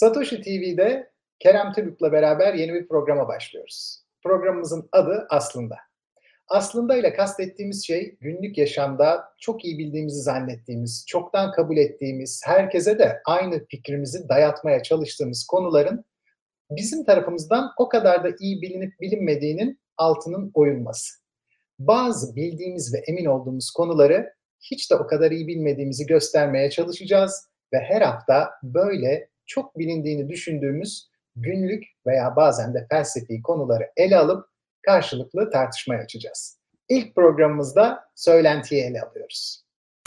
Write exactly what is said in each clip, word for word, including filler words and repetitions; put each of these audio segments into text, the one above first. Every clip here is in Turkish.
Satoshi T V'de Kerem Tübük'le beraber yeni bir programa başlıyoruz. Programımızın adı Aslında. Aslında ile kastettiğimiz şey günlük yaşamda çok iyi bildiğimizi zannettiğimiz, çoktan kabul ettiğimiz, herkese de aynı fikrimizi dayatmaya çalıştığımız konuların bizim tarafımızdan o kadar da iyi bilinip bilinmediğinin altının oyulması. Bazı bildiğimiz ve emin olduğumuz konuları hiç de o kadar iyi bilmediğimizi göstermeye çalışacağız ve her hafta böyle çok bilindiğini düşündüğümüz günlük veya bazen de felsefi konuları ele alıp karşılıklı tartışmaya açacağız. İlk programımızda söylentiyi ele alıyoruz.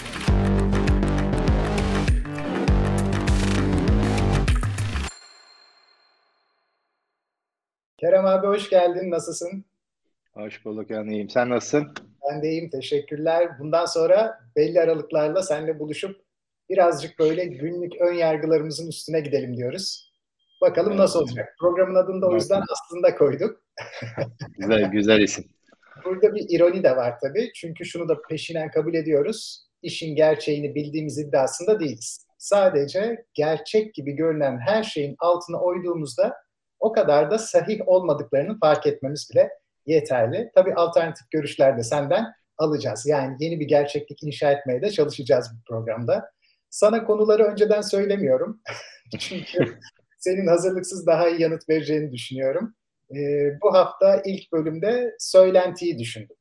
Kerem abi hoş geldin, nasılsın? Hoş bulduk, yani iyiyim. Sen nasılsın? Ben de iyiyim, teşekkürler. Bundan sonra belli aralıklarla seninle buluşup birazcık böyle günlük ön yargılarımızın üstüne gidelim diyoruz. Bakalım nasıl olacak? Programın adını da o yüzden aslında koyduk. Güzel, güzel isim. Burada bir ironi de var tabii. Çünkü şunu da peşinen kabul ediyoruz. İşin gerçeğini bildiğimiz iddiasında değiliz. Sadece gerçek gibi görünen her şeyin altına oyduğumuzda o kadar da sahih olmadıklarını fark etmemiz bile yeterli. Tabii alternatif görüşler de senden alacağız. Yani yeni bir gerçeklik inşa etmeye de çalışacağız bu programda. Sana konuları önceden söylemiyorum. Çünkü senin hazırlıksız daha iyi yanıt vereceğini düşünüyorum. Ee, bu hafta ilk bölümde söylentiyi düşündüm.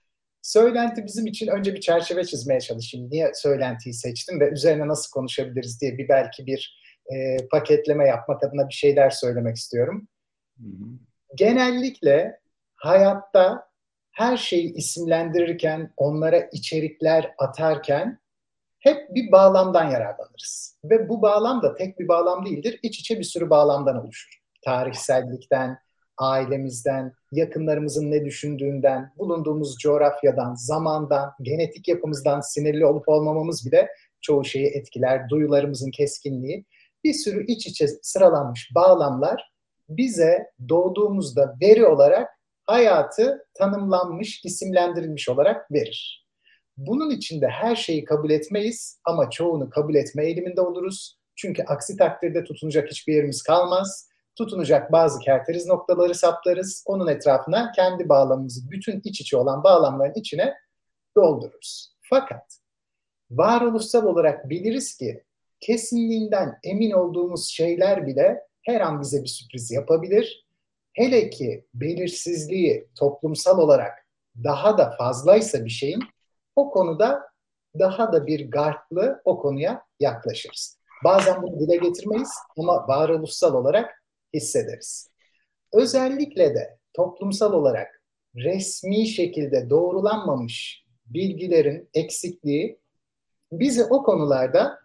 Söylenti bizim için önce bir çerçeve çizmeye çalışayım. Niye söylentiyi seçtim ve üzerine nasıl konuşabiliriz diye bir belki bir e, paketleme yapmak adına bir şeyler söylemek istiyorum. Hı hı. Genellikle hayatta her şeyi isimlendirirken, onlara içerikler atarken hep bir bağlamdan yararlanırız. Ve bu bağlam da tek bir bağlam değildir. İç içe bir sürü bağlamdan oluşur. Tarihsellikten, ailemizden, yakınlarımızın ne düşündüğünden, bulunduğumuz coğrafyadan, zamandan, genetik yapımızdan, sinirli olup olmamamız bile çoğu şeyi etkiler. Duyularımızın keskinliği. Bir sürü iç içe sıralanmış bağlamlar bize doğduğumuzda veri olarak hayatı tanımlanmış, isimlendirilmiş olarak verir. Bunun içinde her şeyi kabul etmeyiz ama çoğunu kabul etme eğiliminde oluruz. Çünkü aksi takdirde tutunacak hiçbir yerimiz kalmaz. Tutunacak bazı kerteriz noktaları saplarız. Onun etrafına kendi bağlamımızı, bütün iç içe olan bağlamların içine doldururuz. Fakat varoluşsal olarak biliriz ki kesinliğinden emin olduğumuz şeyler bile her an bize bir sürpriz yapabilir. Hele ki belirsizliği toplumsal olarak daha da fazlaysa bir şeyin, o konuda daha da bir gardlı o konuya yaklaşırız. Bazen bunu dile getirmeyiz ama varoluşsal olarak hissederiz. Özellikle de toplumsal olarak resmi şekilde doğrulanmamış bilgilerin eksikliği bizi o konularda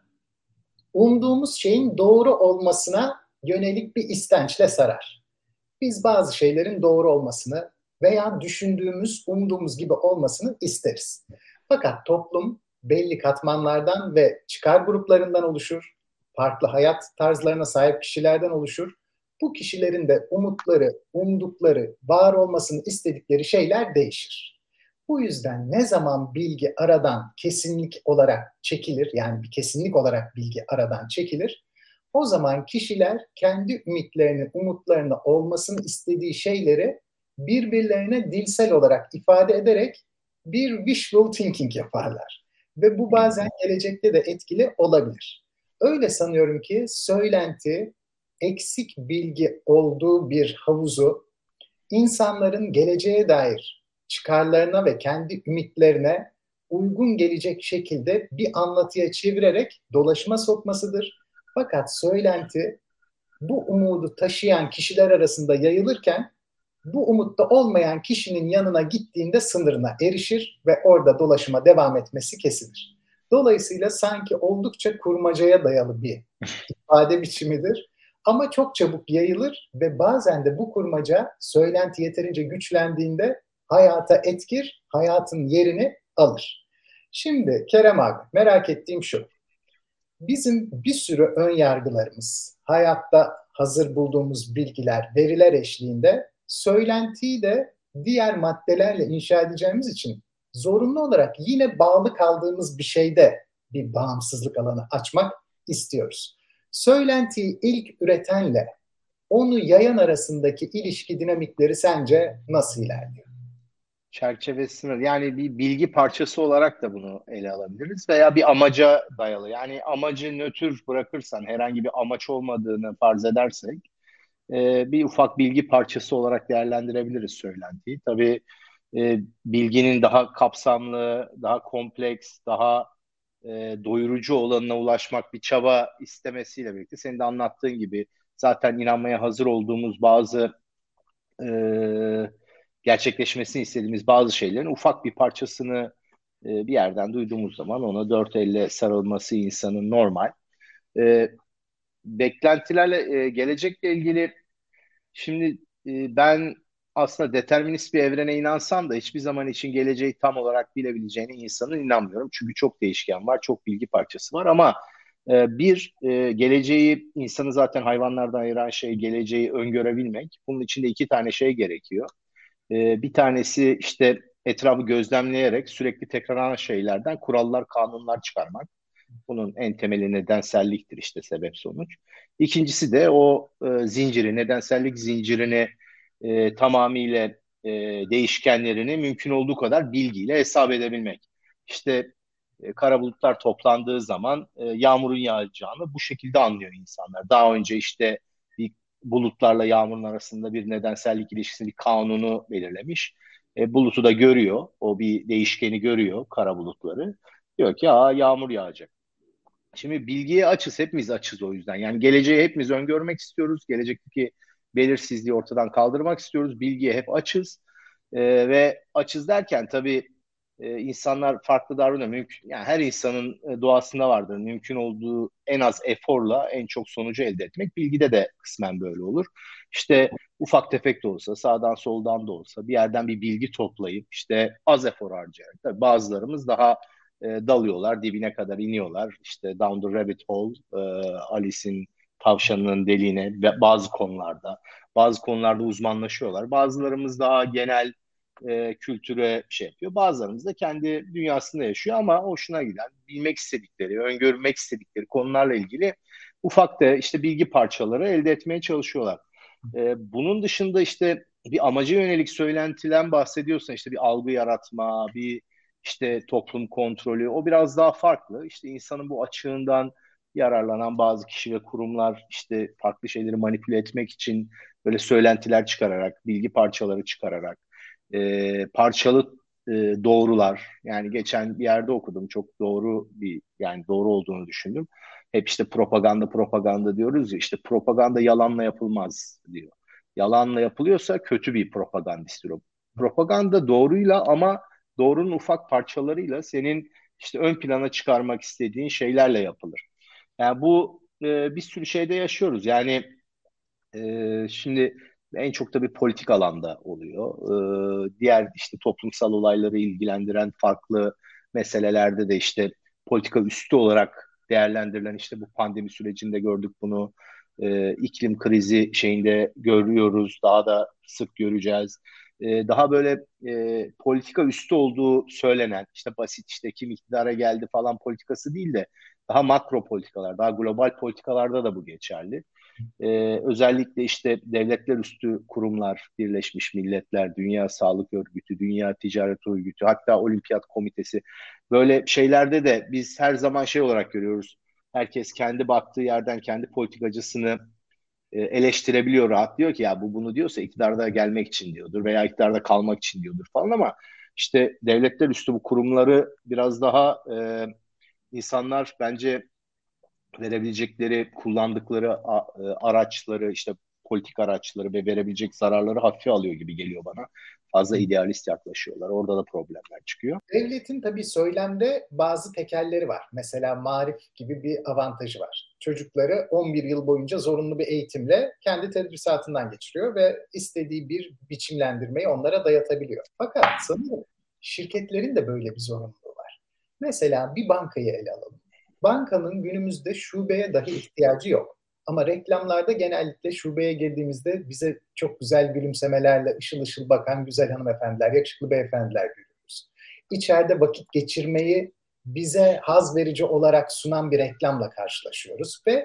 umduğumuz şeyin doğru olmasına yönelik bir istençle sarar. Biz bazı şeylerin doğru olmasını veya düşündüğümüz, umduğumuz gibi olmasını isteriz. Fakat toplum belli katmanlardan ve çıkar gruplarından oluşur. Farklı hayat tarzlarına sahip kişilerden oluşur. Bu kişilerin de umutları, umdukları, var olmasını istedikleri şeyler değişir. Bu yüzden ne zaman bilgi aradan kesinlik olarak çekilir, yani bir kesinlik olarak bilgi aradan çekilir, o zaman kişiler kendi ümitlerini, umutlarını, olmasını istediği şeyleri birbirlerine dilsel olarak ifade ederek bir wishful thinking yaparlar. Ve bu bazen gelecekte de etkili olabilir. Öyle sanıyorum ki söylenti, eksik bilgi olduğu bir havuzu insanların geleceğe dair çıkarlarına ve kendi ümitlerine uygun gelecek şekilde bir anlatıya çevirerek dolaşıma sokmasıdır. Fakat söylenti bu umudu taşıyan kişiler arasında yayılırken bu umutta olmayan kişinin yanına gittiğinde sınırına erişir ve orada dolaşıma devam etmesi kesilir. Dolayısıyla sanki oldukça kurmacaya dayalı bir ifade biçimidir. Ama çok çabuk yayılır ve bazen de bu kurmaca söylenti yeterince güçlendiğinde hayata etkir, hayatın yerini alır. Şimdi Kerem abi, merak ettiğim şu. Bizim bir sürü ön yargılarımız, hayatta hazır bulduğumuz bilgiler, veriler eşliğinde söylentiyi de diğer maddelerle inşa edeceğimiz için zorunlu olarak yine bağlı kaldığımız bir şeyde bir bağımsızlık alanı açmak istiyoruz. Söylentiyi ilk üretenle onu yayan arasındaki ilişki dinamikleri sence nasıl ilerliyor? Çerçevesini yani bir bilgi parçası olarak da bunu ele alabiliriz veya bir amaca dayalı. Yani amacı nötr bırakırsan herhangi bir amaç olmadığını farz edersek e, bir ufak bilgi parçası olarak değerlendirebiliriz söylentiyi. Tabii e, bilginin daha kapsamlı, daha kompleks, daha e, doyurucu olanına ulaşmak bir çaba istemesiyle birlikte senin de anlattığın gibi zaten inanmaya hazır olduğumuz bazı e, gerçekleşmesini istediğimiz bazı şeylerin ufak bir parçasını e, bir yerden duyduğumuz zaman ona dört elle sarılması insanın normal. E, Beklentilerle e, gelecekle ilgili şimdi e, ben aslında determinist bir evrene inansam da hiçbir zaman için geleceği tam olarak bilebileceğine insanın inanmıyorum. Çünkü çok değişken var, çok bilgi parçası var ama e, bir e, geleceği insanı zaten hayvanlardan ayıran şey geleceği öngörebilmek. Bunun için de iki tane şey gerekiyor. E, bir tanesi işte etrafı gözlemleyerek sürekli tekrarlanan şeylerden kurallar, kanunlar çıkarmak. Bunun en temeli nedenselliktir işte sebep sonuç. İkincisi de o e, zinciri, nedensellik zincirini e, tamamıyla e, değişkenlerini mümkün olduğu kadar bilgiyle hesap edebilmek. İşte e, kara bulutlar toplandığı zaman e, yağmurun yağacağını bu şekilde anlıyor insanlar. Daha önce işte bir bulutlarla yağmurun arasında bir nedensellik ilişkisi, bir kanunu belirlemiş. E, bulutu da görüyor, o bir değişkeni görüyor, kara bulutları. Diyor ki aa yağmur yağacak. Şimdi bilgiye açız, hepimiz açız o yüzden. Yani geleceği hepimiz öngörmek istiyoruz. Gelecekteki belirsizliği ortadan kaldırmak istiyoruz. Bilgiye hep açız. Ee, ve açız derken tabii e, insanlar farklı davranıyor. Mümkün, yani her insanın e, doğasında vardır. Mümkün olduğu en az eforla en çok sonucu elde etmek. Bilgide de kısmen böyle olur. İşte ufak tefek de olsa, sağdan soldan da olsa bir yerden bir bilgi toplayıp işte az efor harcayarak. Tabii bazılarımız daha e, dalıyorlar, dibine kadar iniyorlar. İşte Down the Rabbit Hole, e, Alice'in tavşanının deliğine ve bazı konularda. Bazı konularda uzmanlaşıyorlar. Bazılarımız daha genel e, kültüre şey yapıyor. Bazılarımız da kendi dünyasında yaşıyor ama hoşuna giden, bilmek istedikleri, öngörmek istedikleri konularla ilgili ufak da işte bilgi parçaları elde etmeye çalışıyorlar. E, bunun dışında işte bir amaca yönelik söylentilen bahsediyorsan işte bir algı yaratma, bir işte toplum kontrolü o biraz daha farklı. İşte insanın bu açığından yararlanan bazı kişi ve kurumlar işte farklı şeyleri manipüle etmek için böyle söylentiler çıkararak, bilgi parçaları çıkararak, e, parçalı e, doğrular. Yani geçen bir yerde okudum çok doğru bir yani doğru olduğunu düşündüm. Hep işte propaganda propaganda diyoruz ya işte propaganda yalanla yapılmaz diyor. Yalanla yapılıyorsa kötü bir propagandisttir o. Propaganda doğruyla ama doğrunun ufak parçalarıyla senin işte ön plana çıkarmak istediğin şeylerle yapılır. Yani bu e, bir sürü şeyde yaşıyoruz. Yani e, şimdi en çok da bir politik alanda oluyor. E, diğer işte toplumsal olayları ilgilendiren farklı meselelerde de işte politika üstü olarak değerlendirilen işte bu pandemi sürecinde gördük bunu. E, iklim krizi şeyinde görüyoruz. Daha da sık göreceğiz. E, daha böyle e, politika üstü olduğu söylenen işte basit işte kim iktidara geldi falan politikası değil de daha makro politikalar, daha global politikalarda da bu geçerli. Ee, özellikle işte devletler üstü kurumlar, Birleşmiş Milletler, Dünya Sağlık Örgütü, Dünya Ticaret Örgütü, hatta Olimpiyat Komitesi böyle şeylerde de biz her zaman şey olarak görüyoruz. Herkes kendi baktığı yerden kendi politikacısını e, eleştirebiliyor rahat diyor ki ya bu bunu diyorsa iktidarda gelmek için diyordur veya iktidarda kalmak için diyordur falan ama işte devletler üstü bu kurumları biraz daha e, insanlar bence verebilecekleri, kullandıkları a- e, araçları, işte politik araçları ve verebilecek zararları hafife alıyor gibi geliyor bana. Fazla idealist yaklaşıyorlar. Orada da problemler çıkıyor. Devletin tabii söylemde bazı tekelleri var. Mesela marif gibi bir avantajı var. Çocukları on bir yıl boyunca zorunlu bir eğitimle kendi tedrisatından geçiriyor ve istediği bir biçimlendirmeyi onlara dayatabiliyor. Fakat sanırım şirketlerin de böyle bir zorunluluğu var. Mesela bir bankayı ele alalım. Bankanın günümüzde şubeye dahi ihtiyacı yok. Ama reklamlarda genellikle şubeye girdiğimizde bize çok güzel gülümsemelerle ışıl ışıl bakan güzel hanımefendiler, yakışıklı beyefendiler görüyoruz. İçeride vakit geçirmeyi bize haz verici olarak sunan bir reklamla karşılaşıyoruz ve hep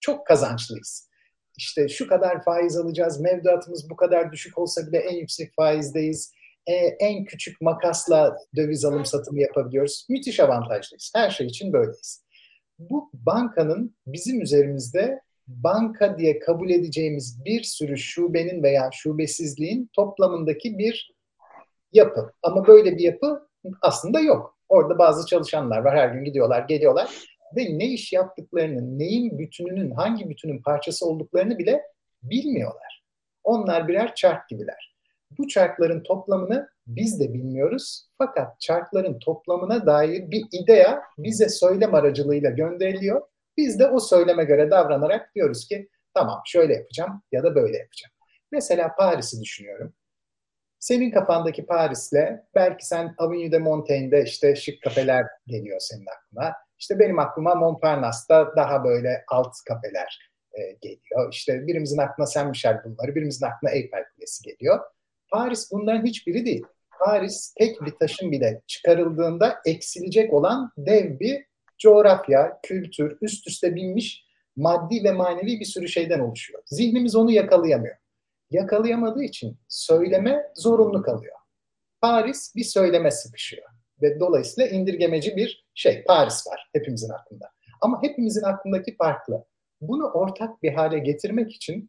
çok kazançlıyız. İşte şu kadar faiz alacağız, mevduatımız bu kadar düşük olsa bile en yüksek faizdeyiz. E, en küçük makasla döviz alım satımı yapabiliyoruz. Müthiş avantajlıyız. Her şey için böyleyiz. Bu bankanın bizim üzerimizde banka diye kabul edeceğimiz bir sürü şubenin veya şubesizliğin toplamındaki bir yapı. Ama böyle bir yapı aslında yok. Orada bazı çalışanlar var. Her gün gidiyorlar, geliyorlar ve ne iş yaptıklarını, neyin bütününün, hangi bütünün parçası olduklarını bile bilmiyorlar. Onlar birer çark gibiler. Bu çarkların toplamını biz de bilmiyoruz. Fakat çarkların toplamına dair bir idea bize söylem aracılığıyla gönderiliyor. Biz de o söyleme göre davranarak diyoruz ki tamam şöyle yapacağım ya da böyle yapacağım. Mesela Paris'i düşünüyorum. Senin kafandaki Paris'le belki sen Avenue de Montaigne'de işte şık kafeler geliyor senin aklına. İşte benim aklıma Montparnasse'da daha böyle alt kafeler e, geliyor. İşte birimizin aklına Saint Michel Bulvarı, birimizin aklına Eiffel Kulesi geliyor. Paris bunların hiçbiri değil. Paris tek bir taşın bile çıkarıldığında eksilecek olan dev bir coğrafya, kültür, üst üste binmiş maddi ve manevi bir sürü şeyden oluşuyor. Zihnimiz onu yakalayamıyor. Yakalayamadığı için söyleme zorunlu kalıyor. Paris bir söyleme sıkışıyor. Ve dolayısıyla indirgemeci bir şey. Paris var hepimizin aklında. Ama hepimizin aklındaki farklı. Bunu ortak bir hale getirmek için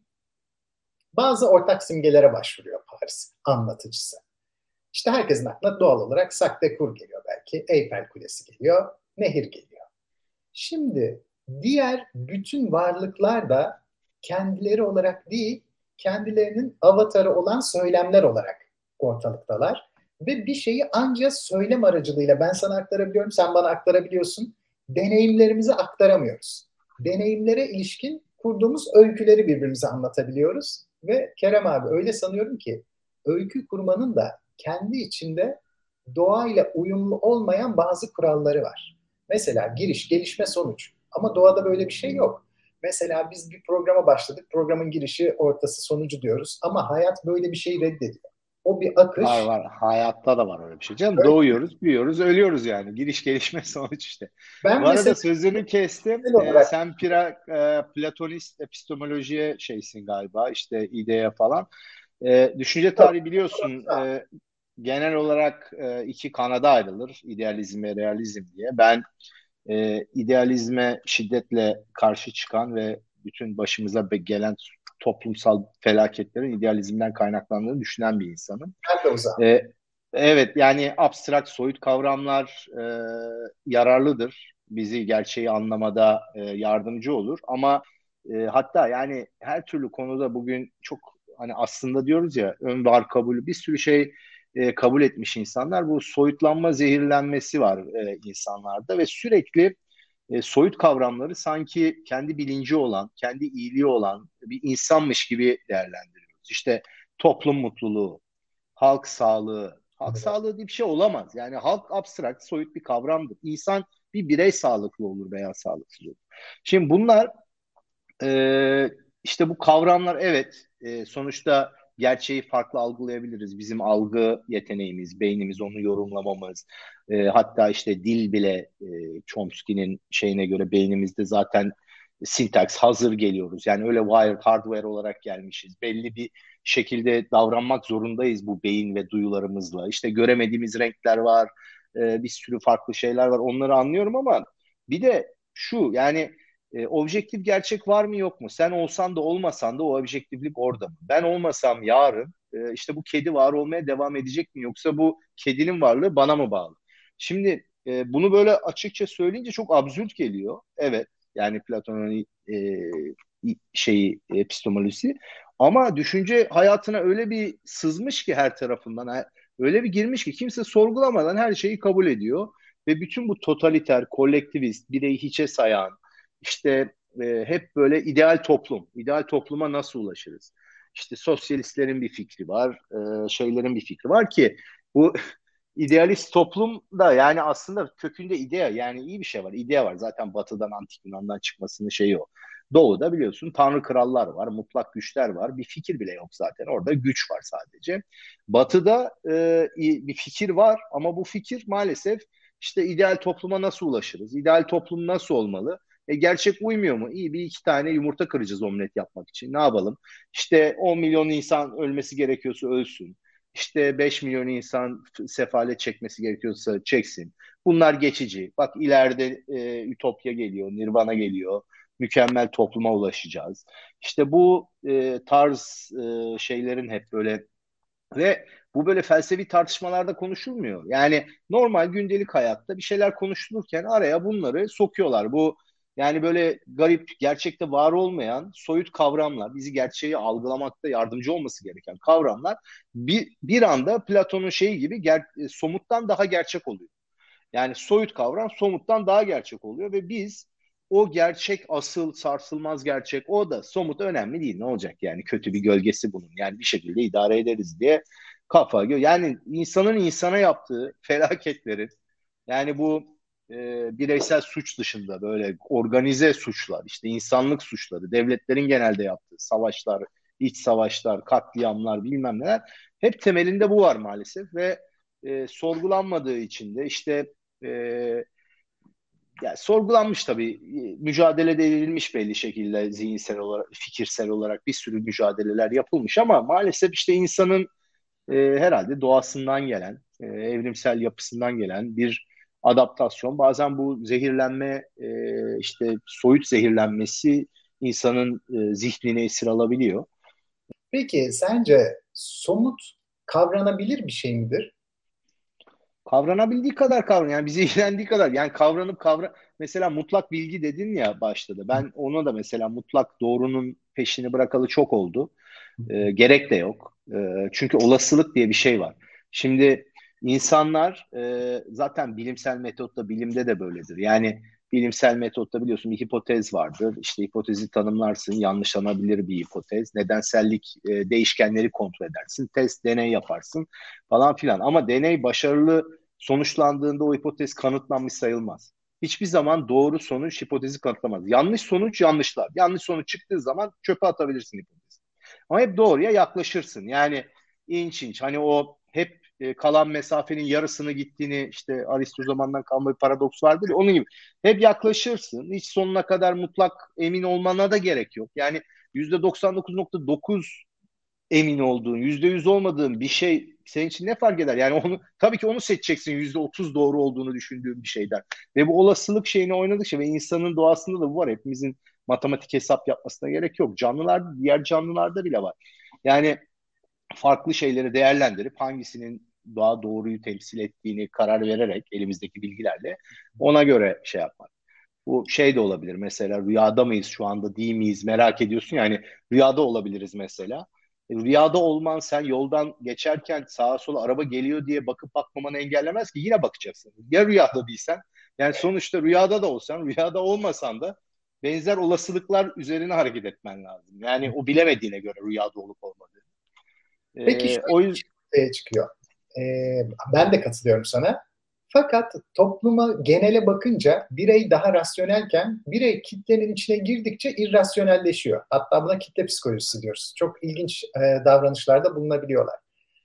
bazı ortak simgelere başvuruyor Paris anlatıcısı. İşte herkesin aklına doğal olarak Sacré-Cœur geliyor belki. Eiffel Kulesi geliyor. Nehir geliyor. Şimdi diğer bütün varlıklar da kendileri olarak değil, kendilerinin avatarı olan söylemler olarak ortalıktalar. Ve bir şeyi ancak söylem aracılığıyla ben sana aktarabiliyorum, sen bana aktarabiliyorsun. Deneyimlerimizi aktaramıyoruz. Deneyimlere ilişkin kurduğumuz öyküleri birbirimize anlatabiliyoruz. Ve Kerem abi öyle sanıyorum ki öykü kurmanın da kendi içinde doğayla uyumlu olmayan bazı kuralları var. Mesela giriş, gelişme, sonuç. Ama doğada böyle bir şey yok. Mesela biz bir programa başladık. Programın girişi, ortası, sonucu diyoruz. Ama hayat böyle bir şeyi reddediyor. O bir Var akış. var. Hayatta da var öyle bir şey. Canım Öyle. doğuyoruz, büyüyoruz, ölüyoruz yani. Giriş gelişme sonuç işte. Ben Bu arada mesela sözünü kestim. Ee, olarak sen pira, e, Platonist epistemolojiye şeysin galiba. İşte ideye falan. Ee, düşünce tarihi biliyorsun. E, genel olarak e, iki kanada ayrılır. İdealizm ve realizm diye. Ben e, idealizme şiddetle karşı çıkan ve bütün başımıza gelen toplumsal felaketlerin idealizmden kaynaklandığını düşünen bir insanım. ben de uzağım. E, evet yani abstrakt soyut kavramlar e, yararlıdır. Bizi gerçeği anlamada e, yardımcı olur. Ama e, hatta yani her türlü konuda bugün çok hani aslında diyoruz ya ön var kabulü bir sürü şey e, kabul etmiş insanlar. Bu soyutlanma zehirlenmesi var e, insanlarda ve sürekli e, soyut kavramları sanki kendi bilinci olan, kendi iyiliği olan bir insanmış gibi değerlendiriyoruz. İşte toplum mutluluğu, halk sağlığı. Halk sağlığı diye bir şey olamaz. Yani halk abstrakt, soyut bir kavramdır. İnsan bir birey sağlıklı olur veya sağlıksız olur. Şimdi bunlar e, işte bu kavramlar evet e, sonuçta gerçeği farklı algılayabiliriz. Bizim algı yeteneğimiz, beynimiz onu yorumlamamız. E, hatta işte dil bile e, Chomsky'nin şeyine göre beynimizde zaten syntax hazır geliyoruz. Yani öyle wired hardware olarak gelmişiz. Belli bir şekilde davranmak zorundayız bu beyin ve duyularımızla. İşte göremediğimiz renkler var, e, bir sürü farklı şeyler var. Onları anlıyorum ama bir de şu yani e, objektif gerçek var mı yok mu? Sen olsan da olmasan da o objektiflik orada mı? Ben olmasam yarın e, işte bu kedi var olmaya devam edecek mi? Yoksa bu kedinin varlığı bana mı bağlı? Şimdi e, bunu böyle açıkça söyleyince çok absürt geliyor. Evet yani Platon'un e, şeyi epistemolojisi. Ama düşünce hayatına öyle bir sızmış ki her tarafından öyle bir girmiş ki kimse sorgulamadan her şeyi kabul ediyor ve bütün bu totaliter, kolektivist, bireyi hiçe sayan işte e, hep böyle ideal toplum, ideal topluma nasıl ulaşırız? İşte sosyalistlerin bir fikri var, e, şeylerin bir fikri var ki bu idealist toplum da yani aslında kökünde idea yani iyi bir şey var. İdea var. Zaten Batı'dan Antik Yunan'dan çıkmasının şeyi o. Doğu'da biliyorsun tanrı krallar var, mutlak güçler var. Bir fikir bile yok zaten. Orada güç var sadece. Batı'da e, bir fikir var ama bu fikir maalesef işte ideal topluma nasıl ulaşırız? İdeal toplum nasıl olmalı? E, gerçek uymuyor mu? İyi, bir iki tane yumurta kıracağız omlet yapmak için. Ne yapalım? İşte on milyon insan ölmesi gerekiyorsa ölsün. İşte beş milyon insan sefalet çekmesi gerekiyorsa çeksin. Bunlar geçici. Bak ileride e, ütopya geliyor, nirvana geliyor. Mükemmel topluma ulaşacağız. İşte bu e, tarz e, şeylerin hep böyle ve bu böyle felsefi tartışmalarda konuşulmuyor. Yani normal gündelik hayatta bir şeyler konuşulurken araya bunları sokuyorlar. Bu yani böyle garip, gerçekte var olmayan soyut kavramlar, bizi gerçeği algılamakta yardımcı olması gereken kavramlar bir, bir anda Platon'un şeyi gibi ger- somuttan daha gerçek oluyor. Yani soyut kavram somuttan daha gerçek oluyor ve biz o gerçek, asıl sarsılmaz gerçek, o da somut, önemli değil, ne olacak yani, kötü bir gölgesi bunun, yani bir şekilde idare ederiz diye kafa gö- yani insanın insana yaptığı felaketlerin, yani bu e, bireysel suç dışında böyle organize suçlar, işte insanlık suçları, devletlerin genelde yaptığı savaşlar, iç savaşlar, katliamlar, bilmem neler, hep temelinde bu var maalesef ve e, sorgulanmadığı için de işte e, yani sorgulanmış tabii, e, mücadele edilmiş belli şekilde, zihinsel olarak, fikirsel olarak bir sürü mücadeleler yapılmış ama maalesef işte insanın e, herhalde doğasından gelen, e, evrimsel yapısından gelen bir adaptasyon. Bazen bu zehirlenme, e, işte soyut zehirlenmesi insanın e, zihnini esir alabiliyor. Peki sence somut kavranabilir bir şey midir? Kavranabildiği kadar kavran. Yani bizi ilgilendiği kadar. Yani kavranıp kavra mesela mutlak bilgi dedin ya başta da. Ben ona da mesela mutlak doğrunun peşini bırakalı çok oldu. E, gerek de yok. E, çünkü olasılık diye bir şey var. Şimdi insanlar e, zaten bilimsel metotta, bilimde de böyledir. Yani bilimsel metotta biliyorsun bir hipotez vardır. İşte hipotezi tanımlarsın, yanlışlanabilir bir hipotez. Nedensellik e, değişkenleri kontrol edersin. Test, deney yaparsın falan filan. Ama deney başarılı sonuçlandığında o hipotez kanıtlanmış sayılmaz. Hiçbir zaman doğru sonuç hipotezi kanıtlamaz. Yanlış sonuç yanlışlar. Yanlış sonuç çıktığı zaman çöpe atabilirsin hipotezi. Ama hep doğruya yaklaşırsın. Yani inç inç, hani o hep e, kalan mesafenin yarısını gittiğini, işte Aristo zamandan kalma bir paradoks vardır ya, onun gibi. Hep yaklaşırsın. Hiç sonuna kadar mutlak emin olmana da gerek yok. Yani yüzde doksan dokuz nokta dokuz emin olduğun, yüzde yüz olmadığın bir şey senin için ne fark eder? Yani onu tabii ki onu seçeceksin, yüzde otuz doğru olduğunu düşündüğün bir şeyden. Ve bu olasılık şeyini oynadıkça ve insanın doğasında da bu var. Hepimizin matematik hesap yapmasına gerek yok. Canlılar, diğer canlılarda bile var. Yani farklı şeyleri değerlendirip hangisinin daha doğruyu temsil ettiğini karar vererek elimizdeki bilgilerle ona göre şey yapmak. Bu şey de olabilir, mesela rüyada mıyız şu anda, değil miyiz merak ediyorsun, yani rüyada olabiliriz mesela. E, rüyada olman, sen yoldan geçerken sağa sola araba geliyor diye bakıp bakmamanı engellemez ki, yine bakacaksın. Ya rüyada değilsen, yani sonuçta rüyada da olsan, rüyada olmasan da benzer olasılıklar üzerine hareket etmen lazım. Yani o bilemediğine göre rüyada olup olmadığı. Peki E, o şöyle bir yüzden şey ortaya çıkıyor. Ee, ben de katılıyorum sana. Fakat topluma genele bakınca birey daha rasyonelken birey kitlenin içine girdikçe irrasyonelleşiyor. Hatta buna kitle psikolojisi diyoruz. Çok ilginç e, davranışlarda bulunabiliyorlar.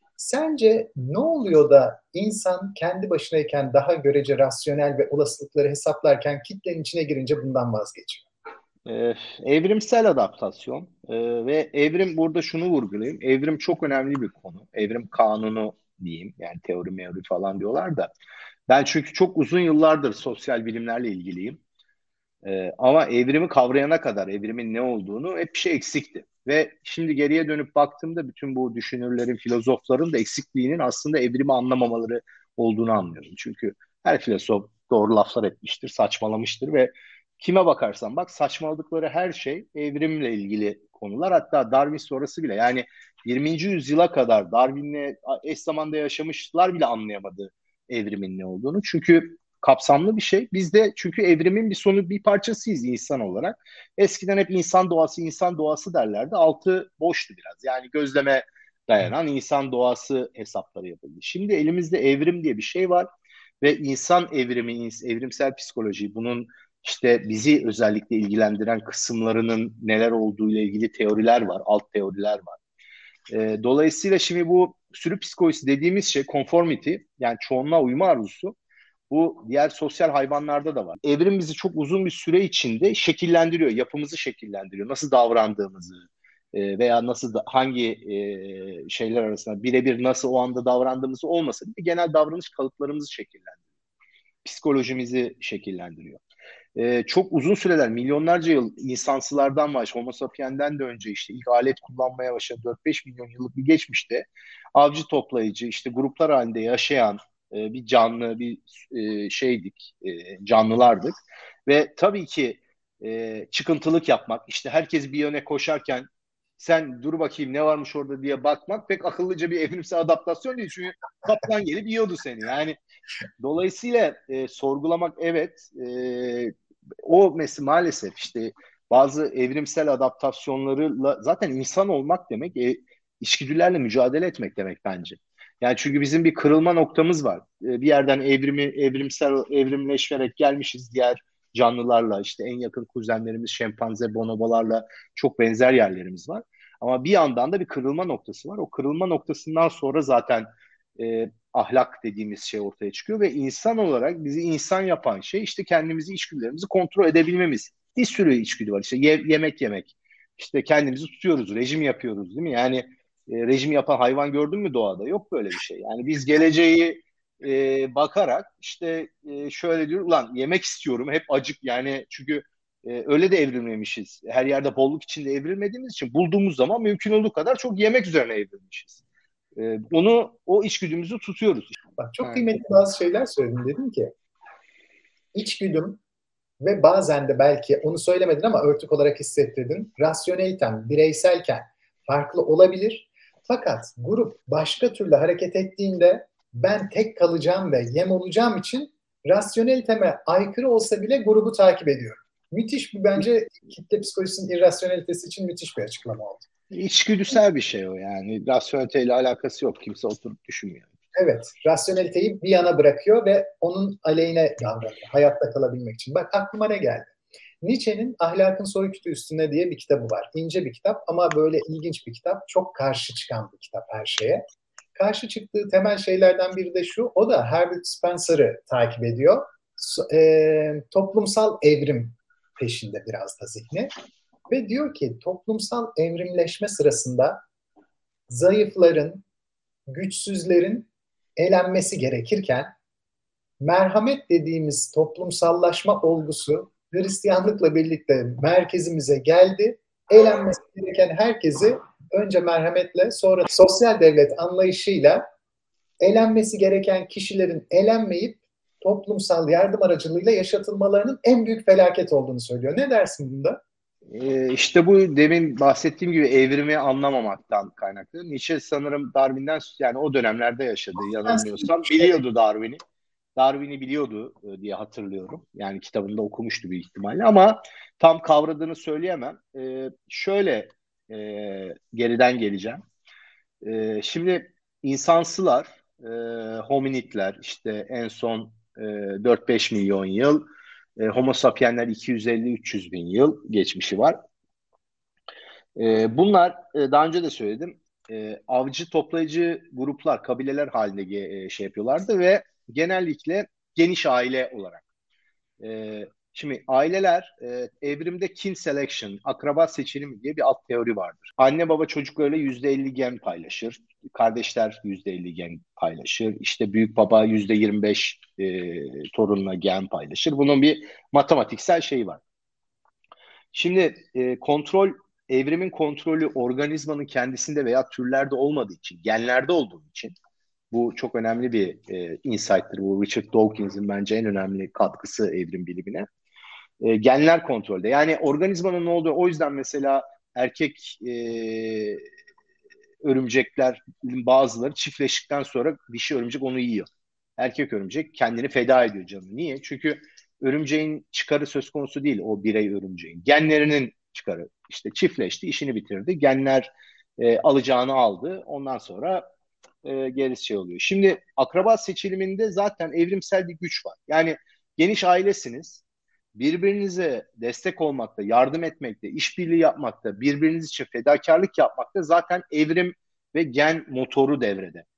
Sence ne oluyor da insan kendi başınayken daha görece rasyonel ve olasılıkları hesaplarken kitlenin içine girince bundan vazgeçiyor? Ee, evrimsel adaptasyon. Ee, ve evrim, burada şunu vurgulayayım. Evrim çok önemli bir konu. Evrim kanunu diyeyim. Yani teori meori falan diyorlar da. Ben çünkü çok uzun yıllardır sosyal bilimlerle ilgiliyim. Ee, ama evrimi kavrayana kadar evrimin ne olduğunu hep bir şey eksikti. Ve şimdi geriye dönüp baktığımda bütün bu düşünürlerin, filozofların da eksikliğinin aslında evrimi anlamamaları olduğunu anlıyorum. Çünkü her filozof doğru laflar etmiştir, saçmalamıştır ve kime bakarsan bak, saçmaladıkları her şey evrimle ilgili konular. Hatta Darwin sonrası bile, yani yirminci yüzyıla kadar Darwin'le eş zamanda yaşamışlar bile anlayamadı evrimin ne olduğunu. Çünkü kapsamlı bir şey. Biz de çünkü evrimin bir sonu, bir parçasıyız insan olarak. Eskiden hep insan doğası, insan doğası derlerdi. Altı boştu biraz. Yani gözleme dayanan insan doğası hesapları yapıldı. Şimdi elimizde evrim diye bir şey var ve insan evrimi, evrimsel psikoloji, bunun işte bizi özellikle ilgilendiren kısımlarının neler olduğu ile ilgili teoriler var, alt teoriler var. E, dolayısıyla şimdi bu sürü psikolojisi dediğimiz şey, conformity, yani çoğunluğa uyma arzusu, Bu diğer sosyal hayvanlarda da var. Evrim bizi çok uzun bir süre içinde şekillendiriyor, yapımızı şekillendiriyor. Nasıl davrandığımızı e, veya nasıl da, hangi e, şeyler arasında birebir nasıl o anda davrandığımızı olmasa bile genel davranış kalıplarımızı şekillendiriyor. Psikolojimizi şekillendiriyor. Ee, çok uzun süreler, milyonlarca yıl insansılardan baş, Homo sapiens'den de önce işte ilk alet kullanmaya başladı. dört beş milyon yıllık bir geçmişte avcı toplayıcı, işte gruplar halinde yaşayan e, bir canlı, bir e, şeydik, e, canlılardık. Ve tabii ki e, çıkıntılık yapmak, işte herkes bir yöne koşarken sen dur bakayım ne varmış orada diye bakmak pek akıllıca bir evrimsel adaptasyon değil. Çünkü kaplan gelip yiyordu seni. Yani dolayısıyla e, sorgulamak evet, e, o mesela maalesef işte bazı evrimsel adaptasyonlarıyla zaten insan olmak demek e, içgüdülerle mücadele etmek demek bence. Yani çünkü bizim bir kırılma noktamız var. E, bir yerden evrimi evrimsel evrimleşerek gelmişiz diğer canlılarla, işte en yakın kuzenlerimiz şempanze, bonobolarla çok benzer yerlerimiz var. Ama bir yandan da bir kırılma noktası var. O kırılma noktasından sonra zaten e, ahlak dediğimiz şey ortaya çıkıyor ve insan olarak bizi insan yapan şey işte kendimizi, içgüdülerimizi kontrol edebilmemiz. Bir sürü içgüdü var. İşte ye- yemek yemek. İşte kendimizi tutuyoruz, rejim yapıyoruz değil mi? Yani e, rejim yapan hayvan gördün mü doğada? Yok böyle bir şey. Yani biz geleceği e, bakarak işte e, şöyle diyor, ulan yemek istiyorum, hep acık yani çünkü e, öyle de evrilmemişiz. Her yerde bolluk içinde evrilmediğimiz için bulduğumuz zaman mümkün olduğu kadar çok yemek üzerine evrilmişiz. E, onu o içgüdümüzü tutuyoruz. Bak çok Yani, kıymetli bazı şeyler söyledin. Dedim ki içgüdüm ve bazen de belki onu söylemedin ama örtük olarak hissettirdin. Rasyoneliten bireyselken farklı olabilir. Fakat grup başka türlü hareket ettiğinde ben tek kalacağım ve yem olacağım için rasyoneliteme aykırı olsa bile grubu takip ediyorum. Müthiş bir bence kitle psikolojisinin irrasyonelitesi için müthiş bir açıklama oldu. içgüdüsel bir şey o yani. Rasyoneliteyle alakası yok. Kimse oturup düşünmüyor. Evet, rasyoneliteyi bir yana bırakıyor ve onun aleyhine davranıyor hayatta kalabilmek için. Bak aklıma ne geldi? Nietzsche'nin Ahlakın Soykütü Üstüne diye bir kitabı var. İnce bir kitap ama böyle ilginç bir kitap. Çok karşı çıkan bir kitap her şeye. Karşı çıktığı temel şeylerden biri de şu. O da Herbert Spencer'ı takip ediyor. So- e, toplumsal evrim peşinde biraz da zihni. Ve diyor ki toplumsal evrimleşme sırasında zayıfların, güçsüzlerin elenmesi gerekirken merhamet dediğimiz toplumsallaşma olgusu Hristiyanlıkla birlikte merkezimize geldi. Eğlenmesi gereken herkesi önce merhametle sonra sosyal devlet anlayışıyla elenmesi gereken kişilerin elenmeyip toplumsal yardım aracılığıyla yaşatılmalarının en büyük felaket olduğunu söylüyor. Ne dersin bunda? Ee, işte bu demin bahsettiğim gibi evrimi anlamamaktan kaynaklı. Nietzsche sanırım Darwin'den yani o dönemlerde yaşadı yanılmıyorsam. Biliyordu Darwin'i. Darwin'i biliyordu e, diye hatırlıyorum. Yani kitabında okumuştu büyük ihtimalle ama tam kavradığını söyleyemem. Ee, şöyle e, geriden geleceğim. Ee, şimdi insansılar, e, hominidler işte en son e, dört beş milyon yıl, e, Homo sapiensler iki yüz elli üç yüz bin yıl geçmişi var. E, bunlar e, daha önce de söyledim, e, avcı toplayıcı gruplar, kabileler halinde ge- e, şey yapıyorlardı ve genellikle geniş aile olarak. E, Şimdi aileler e, evrimde kin selection, akraba seçilimi diye bir alt teori vardır. Anne baba çocuklarıyla yüzde elli gen paylaşır. Kardeşler yüzde elli gen paylaşır. İşte büyük baba yüzde yirmi beş e, torunla gen paylaşır. Bunun bir matematiksel şeyi var. Şimdi e, kontrol, evrimin kontrolü organizmanın kendisinde veya türlerde olmadığı için, genlerde olduğu için bu çok önemli bir e, insight'tır. Bu Richard Dawkins'in bence en önemli katkısı evrim bilimine. E, genler kontrolde. Yani organizmanın ne olduğu, o yüzden mesela erkek e, örümceklerin bazıları çiftleştikten sonra dişi örümcek onu yiyor. Erkek örümcek kendini feda ediyor canım. Niye? Çünkü örümceğin çıkarı söz konusu değil o birey örümceğin. Genlerinin çıkarı. İşte çiftleşti, işini bitirdi. Genler e, alacağını aldı. Ondan sonra e, gerisi şey oluyor. Şimdi akraba seçiliminde zaten evrimsel bir güç var. Yani geniş ailesiniz. Birbirinize destek olmakta, yardım etmekte, işbirliği yapmakta, birbiriniz için fedakarlık yapmakta zaten evrim ve gen motoru devrede.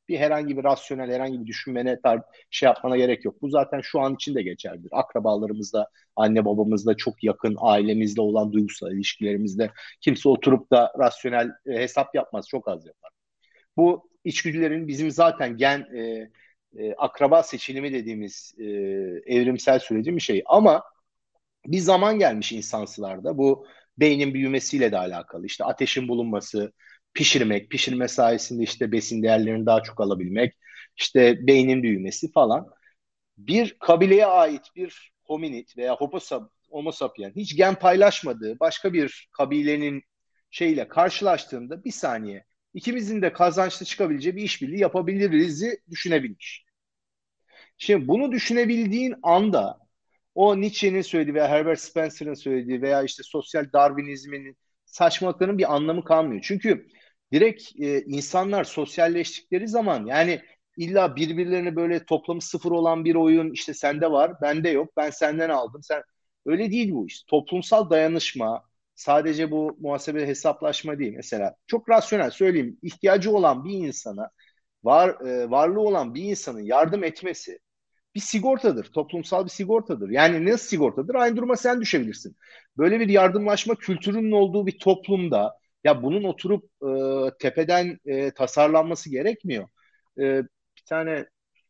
Bir herhangi bir rasyonel, herhangi bir düşünmene tar- şey yapmana gerek yok. Bu zaten şu an için de geçerlidir. Akrabalarımızla, anne babamızla çok yakın, ailemizle olan duygusal ilişkilerimizde kimse oturup da rasyonel e, hesap yapmaz. Çok az yapar. Bu içgüdülerin bizim zaten gen e, e, akraba seçilimi dediğimiz e, evrimsel sürecin bir şeyi. Ama bir zaman gelmiş insansılarda bu beynin büyümesiyle de alakalı. İşte ateşin bulunması, pişirmek, pişirme sayesinde işte besin değerlerini daha çok alabilmek, işte beynin büyümesi falan. Bir kabileye ait bir hominid veya homo, homo sapien hiç gen paylaşmadığı başka bir kabilenin şeyle karşılaştığında bir saniye ikimizin de kazançlı çıkabileceği bir işbirliği yapabiliriz'i düşünebilmiş. Şimdi bunu düşünebildiğin anda o Nietzsche'nin söylediği veya Herbert Spencer'ın söylediği veya işte sosyal Darwinizmin saçmalıklarının bir anlamı kalmıyor. Çünkü direkt e, insanlar sosyalleştikleri zaman yani illa birbirlerine böyle toplamı sıfır olan bir oyun işte sende var, bende yok, ben senden aldım. Sen öyle değil bu iş. Toplumsal dayanışma sadece bu muhasebe hesaplaşma değil. Mesela çok rasyonel söyleyeyim. İhtiyacı olan bir insana var e, varlığı olan bir insanın yardım etmesi bir sigortadır. Toplumsal bir sigortadır. Yani nasıl sigortadır? Aynı duruma sen düşebilirsin. Böyle bir yardımlaşma kültürünün olduğu bir toplumda ya bunun oturup e, tepeden e, tasarlanması gerekmiyor. E, bir tane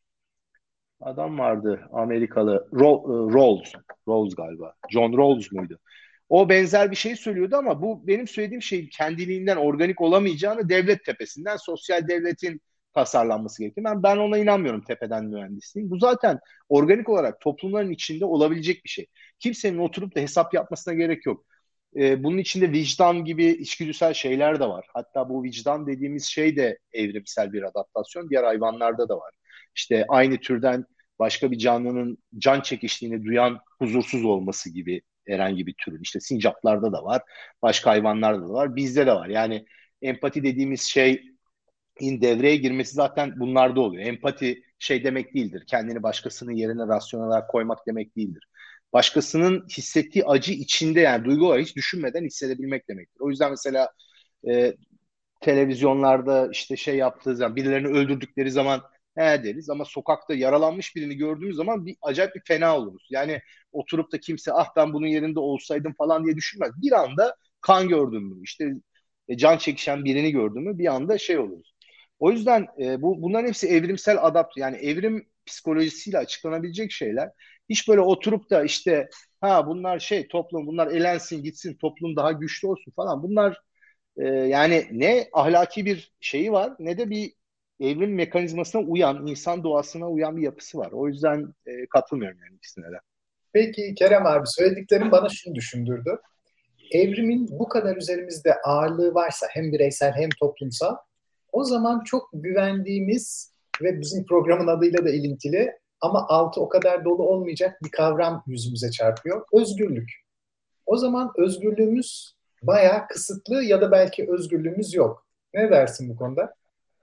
adam vardı Amerikalı Ro- e, Rawls. Rawls galiba. John Rawls muydu? O benzer bir şey söylüyordu ama bu benim söylediğim şey kendiliğinden organik olamayacağını devlet tepesinden sosyal devletin tasarlanması gerekiyor. Ben, ben ona inanmıyorum tepeden mühendisliğin. Bu zaten organik olarak toplumların içinde olabilecek bir şey. Kimsenin oturup da hesap yapmasına gerek yok. Ee, bunun içinde vicdan gibi içgüdüsel şeyler de var. Hatta bu vicdan dediğimiz şey de evrimsel bir adaptasyon. Diğer hayvanlarda da var. İşte aynı türden başka bir canlının can çekiştiğini duyan huzursuz olması gibi herhangi bir türün. İşte sincaplarda da var, başka hayvanlarda da var, bizde de var. Yani empati dediğimiz şeyin devreye girmesi zaten bunlarda oluyor. Empati şey demek değildir. Kendini başkasının yerine rasyonel olarak koymak demek değildir. Başkasının hissettiği acı içinde yani duygu olarak hiç düşünmeden hissedebilmek demektir. O yüzden mesela e, televizyonlarda işte şey yaptığı zaman birilerini öldürdükleri zaman he deriz ama sokakta yaralanmış birini gördüğümüz zaman bir acayip bir fena oluruz. Yani oturup da kimse ah ben bunun yerinde olsaydım falan diye düşünmez. Bir anda kan gördüm mü işte e, can çekişen birini gördüm mü bir anda şey oluruz. O yüzden e, bu bunların hepsi evrimsel adapt yani evrim psikolojisiyle açıklanabilecek şeyler. Hiç böyle oturup da işte ha bunlar şey toplum bunlar elensin gitsin toplum daha güçlü olsun falan bunlar ee, yani ne ahlaki bir şeyi var ne de bir evrim mekanizmasına uyan, insan doğasına uyan bir yapısı var. O yüzden e, katılmıyorum yani ikisine de. Peki Kerem abi, söylediklerin bana şunu düşündürdü. Evrimin bu kadar üzerimizde ağırlığı varsa hem bireysel hem toplumsal, o zaman çok güvendiğimiz ve bizim programın adıyla da ilintili ama altı o kadar dolu olmayacak bir kavram yüzümüze çarpıyor. Özgürlük. O zaman özgürlüğümüz bayağı kısıtlı ya da belki özgürlüğümüz yok. Ne dersin bu konuda?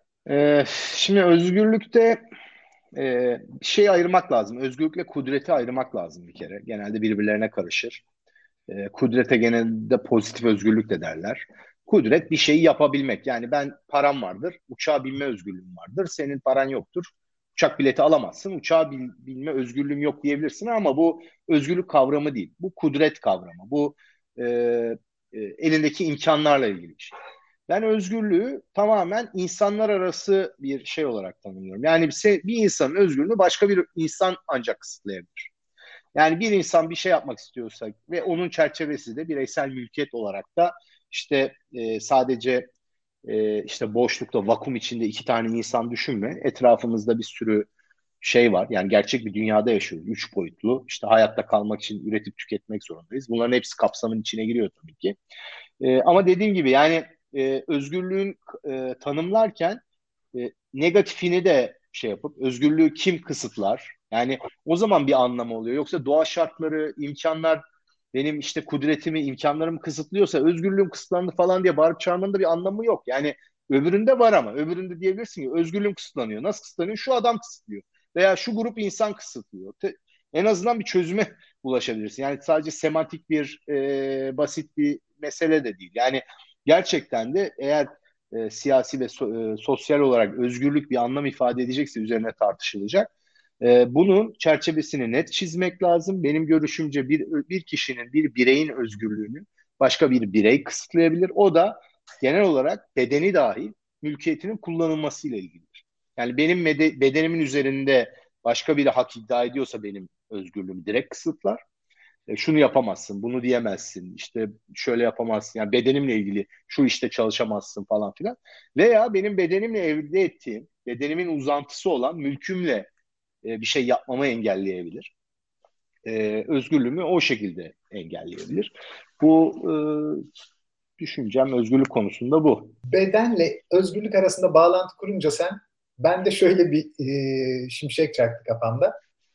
Ee, şimdi özgürlükte e, bir şey ayırmak lazım. Özgürlükle kudreti ayırmak lazım bir kere. Genelde birbirlerine karışır. E, kudrete genelde pozitif özgürlük de derler. Kudret bir şeyi yapabilmek. Yani ben param vardır, uçağa binme özgürlüğüm vardır. Senin paran yoktur. Uçak bileti alamazsın. Uçağa bin, binme özgürlüğüm yok diyebilirsin ama bu özgürlük kavramı değil. Bu kudret kavramı. Bu e, e, elindeki imkanlarla ilgili bir şey. Ben özgürlüğü tamamen insanlar arası bir şey olarak tanımlıyorum. Yani bir, bir insanın özgürlüğünü başka bir insan ancak kısıtlayabilir. Yani bir insan bir şey yapmak istiyorsa ve onun çerçevesi de bireysel mülkiyet olarak da işte e, sadece e, işte boşlukta, vakum içinde iki tane insan düşünme. Etrafımızda bir sürü şey var. Yani gerçek bir dünyada yaşıyoruz. Üç boyutlu. İşte hayatta kalmak için üretip tüketmek zorundayız. Bunların hepsi kapsamın içine giriyor tabii ki. E, ama dediğim gibi yani e, özgürlüğün e, tanımlarken e, negatifini de şey yapıp özgürlüğü kim kısıtlar? Yani o zaman bir anlamı oluyor. Yoksa doğa şartları, imkanlar benim işte kudretimi, imkanlarımı kısıtlıyorsa özgürlüğüm kısıtlandı falan diye bağırıp çağırmanın da bir anlamı yok. Yani öbüründe var ama öbüründe diyebilirsin ki özgürlüğüm kısıtlanıyor. Nasıl kısıtlanıyor? Şu adam kısıtlıyor. Veya şu grup insan kısıtlıyor. Te- en azından bir çözüme ulaşabilirsin. Yani sadece semantik bir e, basit bir mesele de değil. Yani gerçekten de eğer e, siyasi ve so- e, sosyal olarak özgürlük bir anlam ifade edecekse üzerine tartışılacak. E, bunun çerçevesini net çizmek lazım. Benim görüşümce bir bir kişinin, bir bireyin özgürlüğünü başka bir birey kısıtlayabilir. O da genel olarak bedeni dahil mülkiyetinin kullanılmasıyla ilgilidir. Yani benim mede- bedenimin üzerinde başka biri hak iddia ediyorsa benim özgürlüğümü direkt kısıtlar. E, şunu yapamazsın, bunu diyemezsin, işte şöyle yapamazsın, yani bedenimle ilgili şu işte çalışamazsın falan filan. Veya benim bedenimle elde ettiğim, bedenimin uzantısı olan mülkümle e, bir şey yapmamı engelleyebilir. E, özgürlüğümü o şekilde engelleyebilir. Bu e, düşüncem özgürlük konusunda bu. Bedenle özgürlük arasında bağlantı kurunca sen, ben de şöyle bir e, şimşek çaktı kafamda.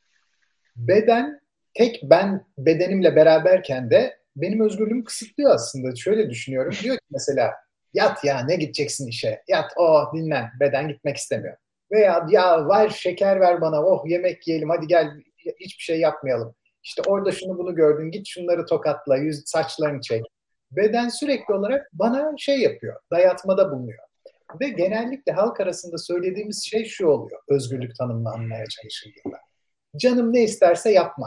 Beden, tek ben bedenimle beraberken de benim özgürlüğümü kısıtlıyor aslında. Şöyle düşünüyorum. Diyor ki mesela, yat ya, ne gideceksin işe? Yat, oh dinlen. Beden gitmek istemiyor. Veya ya var şeker ver bana, oh yemek yiyelim, hadi gel hiçbir şey yapmayalım. İşte orada şunu bunu gördün, git şunları tokatla, yüz saçlarını çek. Beden sürekli olarak bana şey yapıyor, dayatmada bulunuyor. Ve genellikle halk arasında söylediğimiz şey şu oluyor, özgürlük tanımlanmaya çalışıldığında. Canım ne isterse yapma.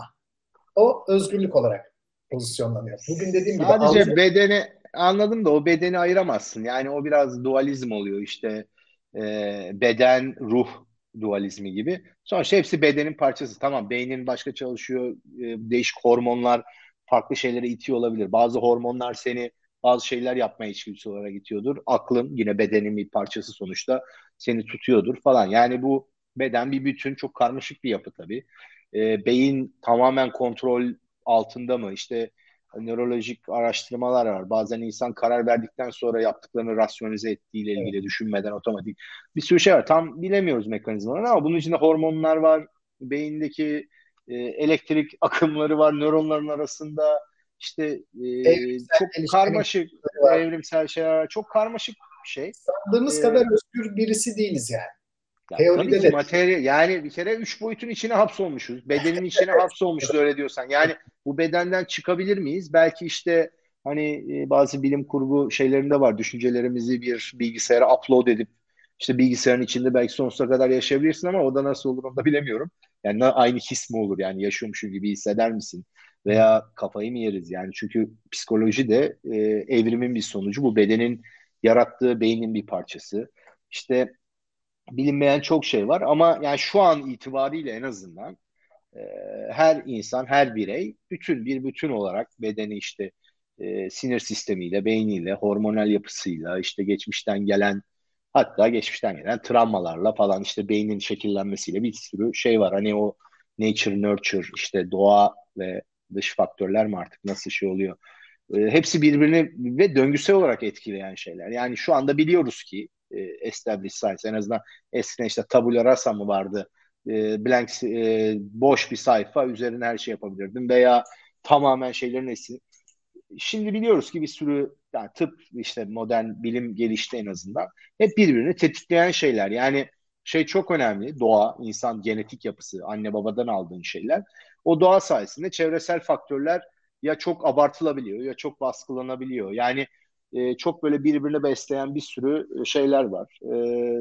O özgürlük olarak pozisyonlanıyor. Bugün dediğim gibi algı. Sadece bedeni anladım da o bedeni ayıramazsın. Yani o biraz dualizm oluyor işte. Ee, beden ruh dualizmi gibi. Sonuçta hepsi bedenin parçası. Tamam, beynin başka çalışıyor. Ee, değişik hormonlar farklı şeylere itiyor olabilir. Bazı hormonlar seni bazı şeyler yapmaya içgüdüsü olarak itiyordur. Aklın yine bedenin bir parçası sonuçta seni tutuyordur falan. Yani bu beden bir bütün, çok karmaşık bir yapı tabii. Ee, beyin tamamen kontrol altında mı? İşte nörolojik araştırmalar var. Bazen insan karar verdikten sonra yaptıklarını rasyonize ettiğiyle Evet. ilgili, düşünmeden otomatik bir sürü şey var. Tam bilemiyoruz mekanizmalarını ama bunun içinde hormonlar var. Beyindeki e, elektrik akımları var nöronların arasında. İşte e, Evrimsel çok gelişmenin karmaşık var. evrimsel şeyler var. Çok karmaşık bir şey. Sandığımız E, kadar özgür birisi değiliz yani. Ya tabii Teoride ki de. materyal, yani bir kere üç boyutun içine hapsolmuşuz. Bedenin içine hapsolmuşuz öyle diyorsan. Yani bu bedenden çıkabilir miyiz? Belki işte hani e, bazı bilim kurgu şeylerinde var. Düşüncelerimizi bir bilgisayara upload edip işte bilgisayarın içinde belki sonsuza kadar yaşayabilirsin ama o da nasıl olur onu da bilemiyorum. Yani na- aynı his mi olur? Yani yaşıyormuşum gibi hisseder misin? Veya kafayı mı yeriz? Yani çünkü psikoloji de e, evrimin bir sonucu. Bu bedenin yarattığı beynin bir parçası. İşte bilinmeyen çok şey var ama yani şu an itibariyle en azından e, her insan, her birey bütün bir bütün olarak bedeni işte e, sinir sistemiyle, beyniyle, hormonal yapısıyla, işte geçmişten gelen hatta geçmişten gelen travmalarla falan işte beynin şekillenmesiyle bir sürü şey var. Hani o nature, nurture, işte doğa ve dış faktörler mi artık nasıl şey oluyor? E, hepsi birbirini ve döngüsel olarak etkileyen şeyler. Yani şu anda biliyoruz ki e, established science en azından eskiden işte tabula rasa mı vardı? E, blank e, boş bir sayfa üzerine her şey yapabilirdim veya tamamen şeylerin esin. Şimdi biliyoruz ki bir sürü yani tıp işte modern bilim gelişti en azından. Hep birbirini tetikleyen şeyler. Yani şey çok önemli. Doğa, insan genetik yapısı, anne babadan aldığın şeyler. O doğa sayesinde çevresel faktörler ya çok abartılabiliyor ya çok baskılanabiliyor. Yani e, çok böyle birbirini besleyen bir sürü şeyler var. E,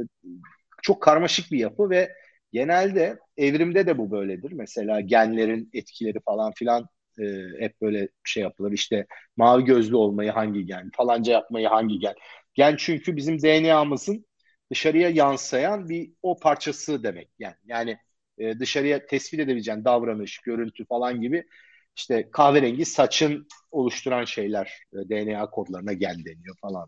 çok karmaşık bir yapı ve genelde evrimde de bu böyledir. Mesela genlerin etkileri falan filan e, hep böyle şey yapılır. İşte mavi gözlü olmayı hangi gen, falanca yapmayı hangi gen. Gen çünkü bizim D N A'mızın dışarıya yansıyan bir o parçası demek. Yani, yani e, dışarıya tespit edebileceğin davranış, görüntü falan gibi işte kahverengi saçın oluşturan şeyler e, D N A kodlarına gen deniyor falan.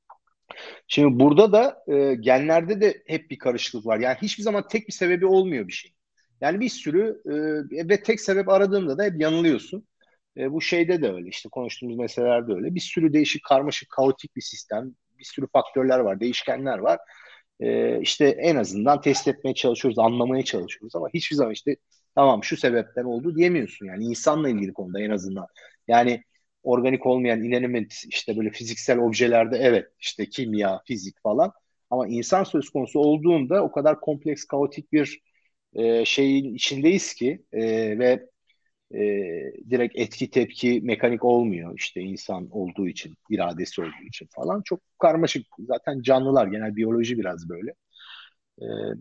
Şimdi burada da e, genlerde de hep bir karışıklık var. Yani hiçbir zaman tek bir sebebi olmuyor bir şey. Yani bir sürü e, ve tek sebep aradığında da hep yanılıyorsun. E, bu şeyde de öyle işte konuştuğumuz meselelerde öyle. Bir sürü değişik karmaşık kaotik bir sistem. Bir sürü faktörler var, değişkenler var. E, işte en azından test etmeye çalışıyoruz, anlamaya çalışıyoruz ama hiçbir zaman işte tamam şu sebepten oldu diyemiyorsun. Yani insanla ilgili konuda en azından. Yani organik olmayan inanimate işte böyle fiziksel objelerde evet işte kimya, fizik falan ama insan söz konusu olduğunda o kadar kompleks, kaotik bir e, şeyin içindeyiz ki e, ve e, direkt etki tepki mekanik olmuyor işte insan olduğu için, iradesi olduğu için falan. Çok karmaşık. Zaten canlılar, genel biyoloji biraz böyle. E,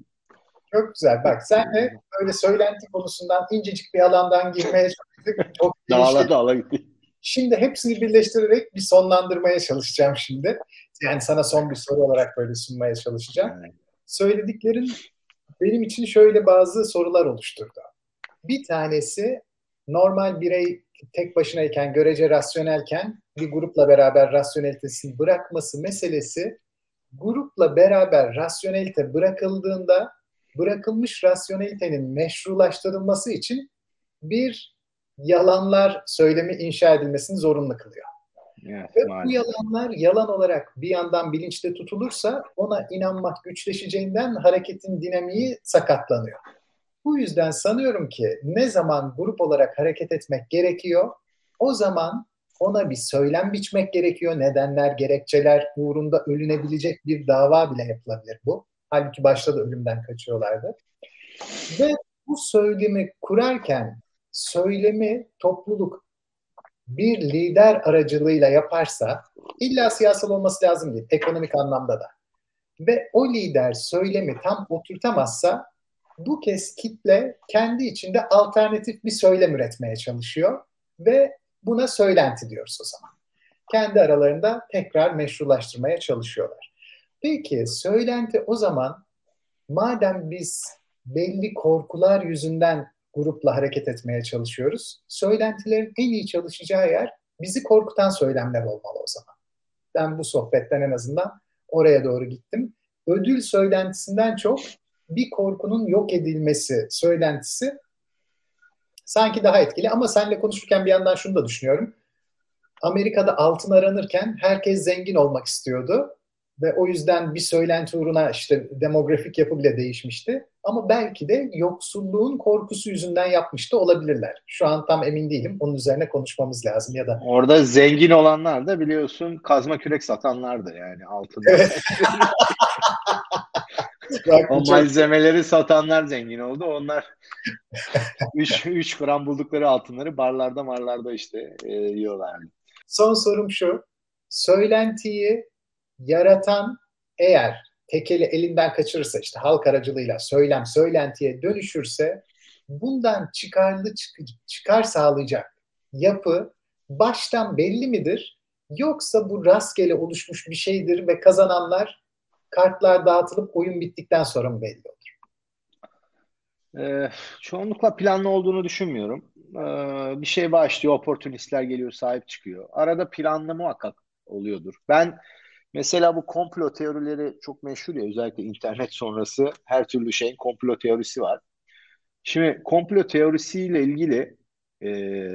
Çok güzel. Bak sen de böyle söylenti konusundan incecik bir alandan girmeye çalıştık. Çok geniş. Dağla dağla gitti. Şimdi hepsini birleştirerek bir sonlandırmaya çalışacağım şimdi. Yani sana son bir soru olarak böyle sunmaya çalışacağım. Yani, Söylediklerin benim için şöyle bazı sorular oluşturdu. Bir tanesi, normal birey tek başınayken, görece rasyonelken bir grupla beraber rasyonelitesini bırakması meselesi, grupla beraber rasyonelite bırakıldığında bırakılmış rasyonelitenin meşrulaştırılması için bir yalanlar söylemi inşa edilmesini zorunlu kılıyor. evet, Ve bu maalesef. yalanlar yalan olarak bir yandan bilinçte tutulursa ona inanmak güçleşeceğinden hareketin dinamiği sakatlanıyor. Bu yüzden sanıyorum ki ne zaman grup olarak hareket etmek gerekiyor, o zaman ona bir söylem biçmek gerekiyor. Nedenler, gerekçeler uğrunda ölünebilecek bir dava bile yapılabilir bu. Halbuki başta da ölümden kaçıyorlardı. Ve bu söylemi kurarken söylemi topluluk bir lider aracılığıyla yaparsa, illa siyasal olması lazım değil, ekonomik anlamda da. Ve o lider söylemi tam oturtamazsa, bu kez kitle kendi içinde alternatif bir söylem üretmeye çalışıyor ve buna söylenti diyoruz o zaman. Kendi aralarında tekrar meşrulaştırmaya çalışıyorlar. Peki söylenti o zaman, madem biz belli korkular yüzünden grupla hareket etmeye çalışıyoruz, söylentilerin en iyi çalışacağı yer bizi korkutan söylemler olmalı o zaman. Ben bu sohbetten en azından oraya doğru gittim. Ödül söylentisinden çok bir korkunun yok edilmesi söylentisi sanki daha etkili. Ama seninle konuşurken bir yandan şunu da düşünüyorum. Amerika'da altın aranırken herkes zengin olmak istiyordu. Ve o yüzden bir söylenti uğruna işte demografik yapı bile değişmişti. Ama belki de yoksulluğun korkusu yüzünden yapmış da olabilirler. Şu an tam emin değilim. Onun üzerine konuşmamız lazım ya da. Orada zengin olanlar da biliyorsun kazma kürek satanlardı yani altından. Evet. Bak, O çok... malzemeleri satanlar zengin oldu. Onlar üç gram buldukları altınları barlarda marlarda işte e, yiyorlardı. Son sorum şu. Söylentiyi yaratan, eğer tekeli elinden kaçırırsa, işte halk aracılığıyla söylem söylentiye dönüşürse, bundan çıkarlı çıkar sağlayacak yapı baştan belli midir? Yoksa bu rastgele oluşmuş bir şeydir ve kazananlar kartlar dağıtılıp oyun bittikten sonra mı belli olur? Ee, çoğunlukla planlı olduğunu düşünmüyorum. Ee, bir şey başlıyor, oportunistler geliyor, sahip çıkıyor. Arada planlı muhakkak oluyordur. Ben mesela bu komplo teorileri çok meşhur ya, özellikle internet sonrası her türlü şeyin komplo teorisi var. Şimdi komplo teorisiyle ilgili e,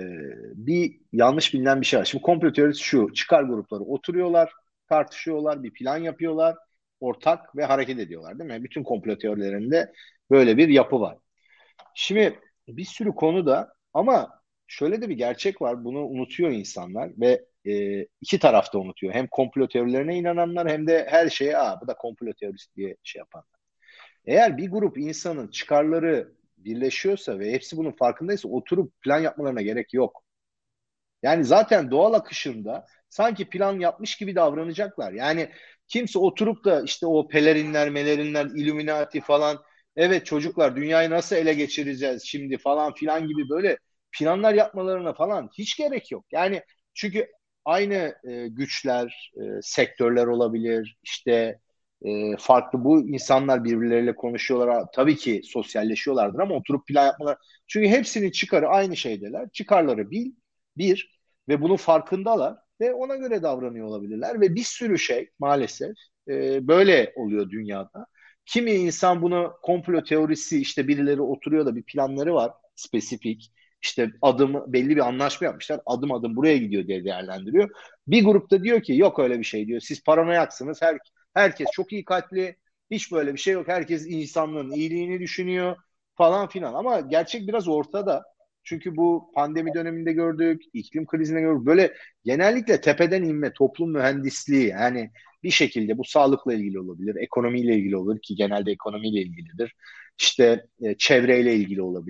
bir yanlış bilinen bir şey var. Şimdi komplo teorisi şu: çıkar grupları oturuyorlar, tartışıyorlar, bir plan yapıyorlar, ortak ve hareket ediyorlar, değil mi? Bütün komplo teorilerinde böyle bir yapı var. Şimdi bir sürü konuda, ama şöyle de bir gerçek var, bunu unutuyor insanlar ve e, iki tarafta unutuyor. Hem komplo teorilerine inananlar hem de her şeye aa bu da komplo teorisi diye şey yapanlar. Eğer bir grup insanın çıkarları birleşiyorsa ve hepsi bunun farkındaysa, oturup plan yapmalarına gerek yok. Yani zaten doğal akışında sanki plan yapmış gibi davranacaklar. Yani kimse oturup da işte o pelerinler, melerinler, Illuminati falan, evet çocuklar dünyayı nasıl ele geçireceğiz şimdi falan filan gibi böyle planlar yapmalarına falan hiç gerek yok. Yani çünkü aynı e, güçler, e, sektörler olabilir, işte e, farklı, bu insanlar birbirleriyle konuşuyorlar. Tabii ki sosyalleşiyorlardır ama oturup plan yapmalar. Çünkü hepsinin çıkarı aynı şeydeler. Çıkarları bil, bir ve bunun farkındalar ve ona göre davranıyor olabilirler ve bir sürü şey maalesef e, böyle oluyor dünyada. Kimi insan bunu komplo teorisi, işte birileri oturuyor da bir planları var spesifik, işte adım belli bir anlaşma yapmışlar, adım adım buraya gidiyor diye değerlendiriyor. Bir grupta diyor ki yok öyle bir şey, diyor, siz paranoyaksınız, her, herkes çok iyi kalpli, hiç böyle bir şey yok, herkes insanlığın iyiliğini düşünüyor falan filan, ama gerçek biraz ortada. Çünkü bu pandemi döneminde gördük, iklim krizinde gördük. Böyle genellikle tepeden inme toplum mühendisliği, yani bir şekilde bu sağlıkla ilgili olabilir, ekonomiyle ilgili olabilir ki genelde ekonomiyle ilgilidir. İşte e, çevreyle ilgili olabilir.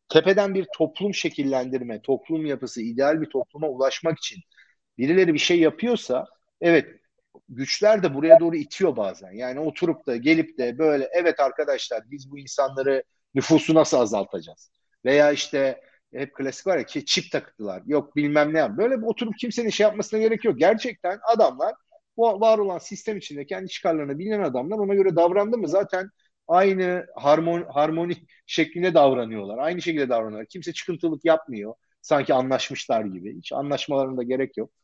tepeden bir toplum şekillendirme, toplum yapısı, ideal bir topluma ulaşmak için birileri bir şey yapıyorsa, evet, güçler de buraya doğru itiyor bazen. Yani oturup da gelip de böyle, evet arkadaşlar biz bu insanları, nüfusu nasıl azaltacağız? Veya işte hep klasik var ya ki, çip taktılar. Yok bilmem ne. Böyle oturup kimsenin şey yapmasına gerek yok. Gerçekten adamlar, bu var olan sistem içinde kendi çıkarlarını bilen adamlar, ona göre davrandı mı zaten aynı harmoni, harmoni şeklinde davranıyorlar. Aynı şekilde davranıyorlar. Kimse çıkıntılık yapmıyor. Sanki anlaşmışlar gibi. Hiç anlaşmalarına da gerek yok.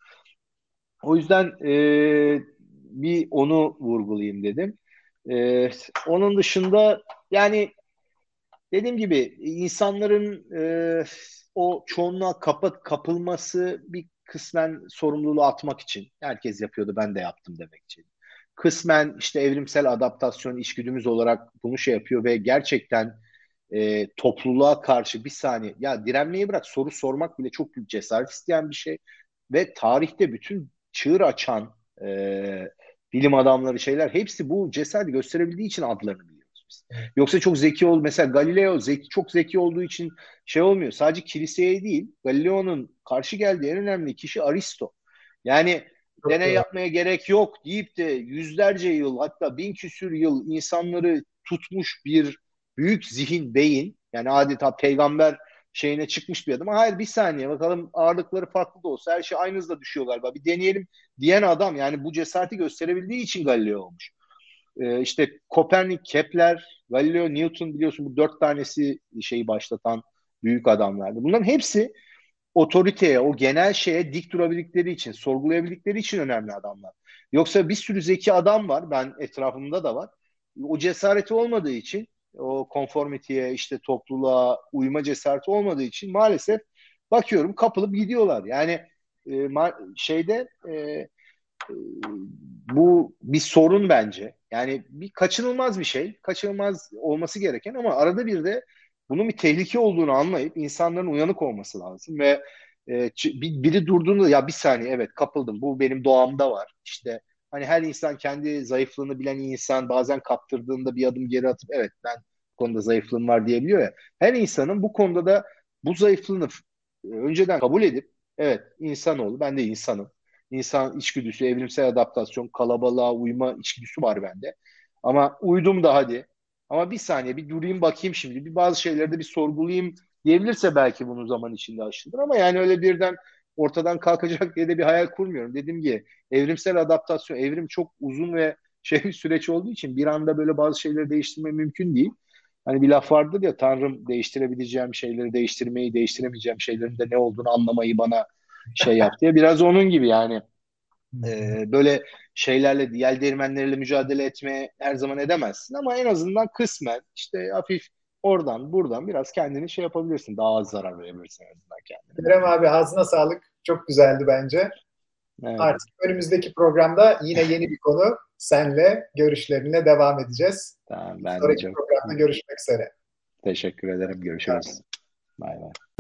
O yüzden e, bir onu vurgulayayım dedim. E, Onun dışında yani dediğim gibi insanların e, o çoğunluğa kapat kapılması bir kısmen sorumluluğu atmak için. Herkes yapıyordu, ben de yaptım demek için. Kısmen işte evrimsel adaptasyon içgüdümüz olarak bunu şey yapıyor ve gerçekten e, topluluğa karşı bir saniye ya direnmeyi bırak, soru sormak bile çok büyük cesaret isteyen bir şey ve tarihte bütün çığır açan e, bilim adamları, şeyler, hepsi bu cesareti gösterebildiği için adlarını biliyoruz biz. Yoksa çok zeki ol, mesela Galileo zeki, çok zeki olduğu için şey olmuyor. Sadece kiliseye değil, Galileo'nun karşı geldiği en önemli kişi Aristo. Yani Çok deney doğru. yapmaya gerek yok deyip de yüzlerce yıl, hatta bin küsür yıl insanları tutmuş bir büyük zihin, beyin, yani adeta peygamber şeyine çıkmış bir adam. Hayır, bir saniye bakalım, ağırlıkları farklı da olsa her şey aynı hızla düşüyor galiba, bir deneyelim diyen adam, yani bu cesareti gösterebildiği için Galileo olmuş. Ee, işte Kopernik, Kepler, Galileo, Newton, biliyorsun bu dört tanesi şeyi başlatan büyük adamlardı. Bunların hepsi otoriteye, o genel şeye dik durabildikleri için, sorgulayabildikleri için önemli adamlar. Yoksa bir sürü zeki adam var, ben etrafımda da var. O cesareti olmadığı için, o konformiteye, işte topluluğa uyma cesareti olmadığı için maalesef bakıyorum kapılıp gidiyorlar. Yani e, ma- şeyde e, e, bu bir sorun bence. Yani bir kaçınılmaz bir şey. Kaçınılmaz olması gereken, ama arada bir de bunun bir tehlike olduğunu anlayıp insanların uyanık olması lazım ve e, bir, biri durduğunda ya bir saniye, evet kapıldım, bu benim doğamda var. İşte hani her insan kendi zayıflığını bilen insan bazen kaptırdığında bir adım geri atıp evet ben bu konuda zayıflığım var diyebiliyor ya. Her insanın bu konuda da bu zayıflığını e, önceden kabul edip evet insanoğlu, ben de insanım. İnsan içgüdüsü, evrimsel adaptasyon, kalabalığa uyma içgüdüsü var bende. Ama uydum da hadi. Ama bir saniye bir durayım bakayım şimdi. Bir bazı şeyleri de bir sorgulayayım diyebilirse belki bunu zaman içinde aşılır. Ama yani öyle birden ortadan kalkacak diye de bir hayal kurmuyorum. Dediğim gibi evrimsel adaptasyon, evrim çok uzun ve şey bir süreç olduğu için bir anda böyle bazı şeyleri değiştirme mümkün değil. Hani bir laf vardır ya, Tanrım değiştirebileceğim şeyleri değiştirmeyi, değiştiremeyeceğim şeylerin de ne olduğunu anlamayı bana şey yap diye. Biraz onun gibi yani. Ee, böyle şeylerle, yel değirmenleriyle mücadele etmeye her zaman edemezsin, ama en azından kısmen işte hafif oradan buradan biraz kendini şey yapabilirsin. Daha az zarar verebilirsin en azından kendine. Kerem abi, ağzına sağlık. Çok güzeldi bence. Evet, Artık önümüzdeki programda yine yeni bir konu, senle görüşlerine devam edeceğiz. tamam, Bir ben de sonraki çok programda görüşmek üzere. teşekkür ederim. Görüşürüz. Bay bay.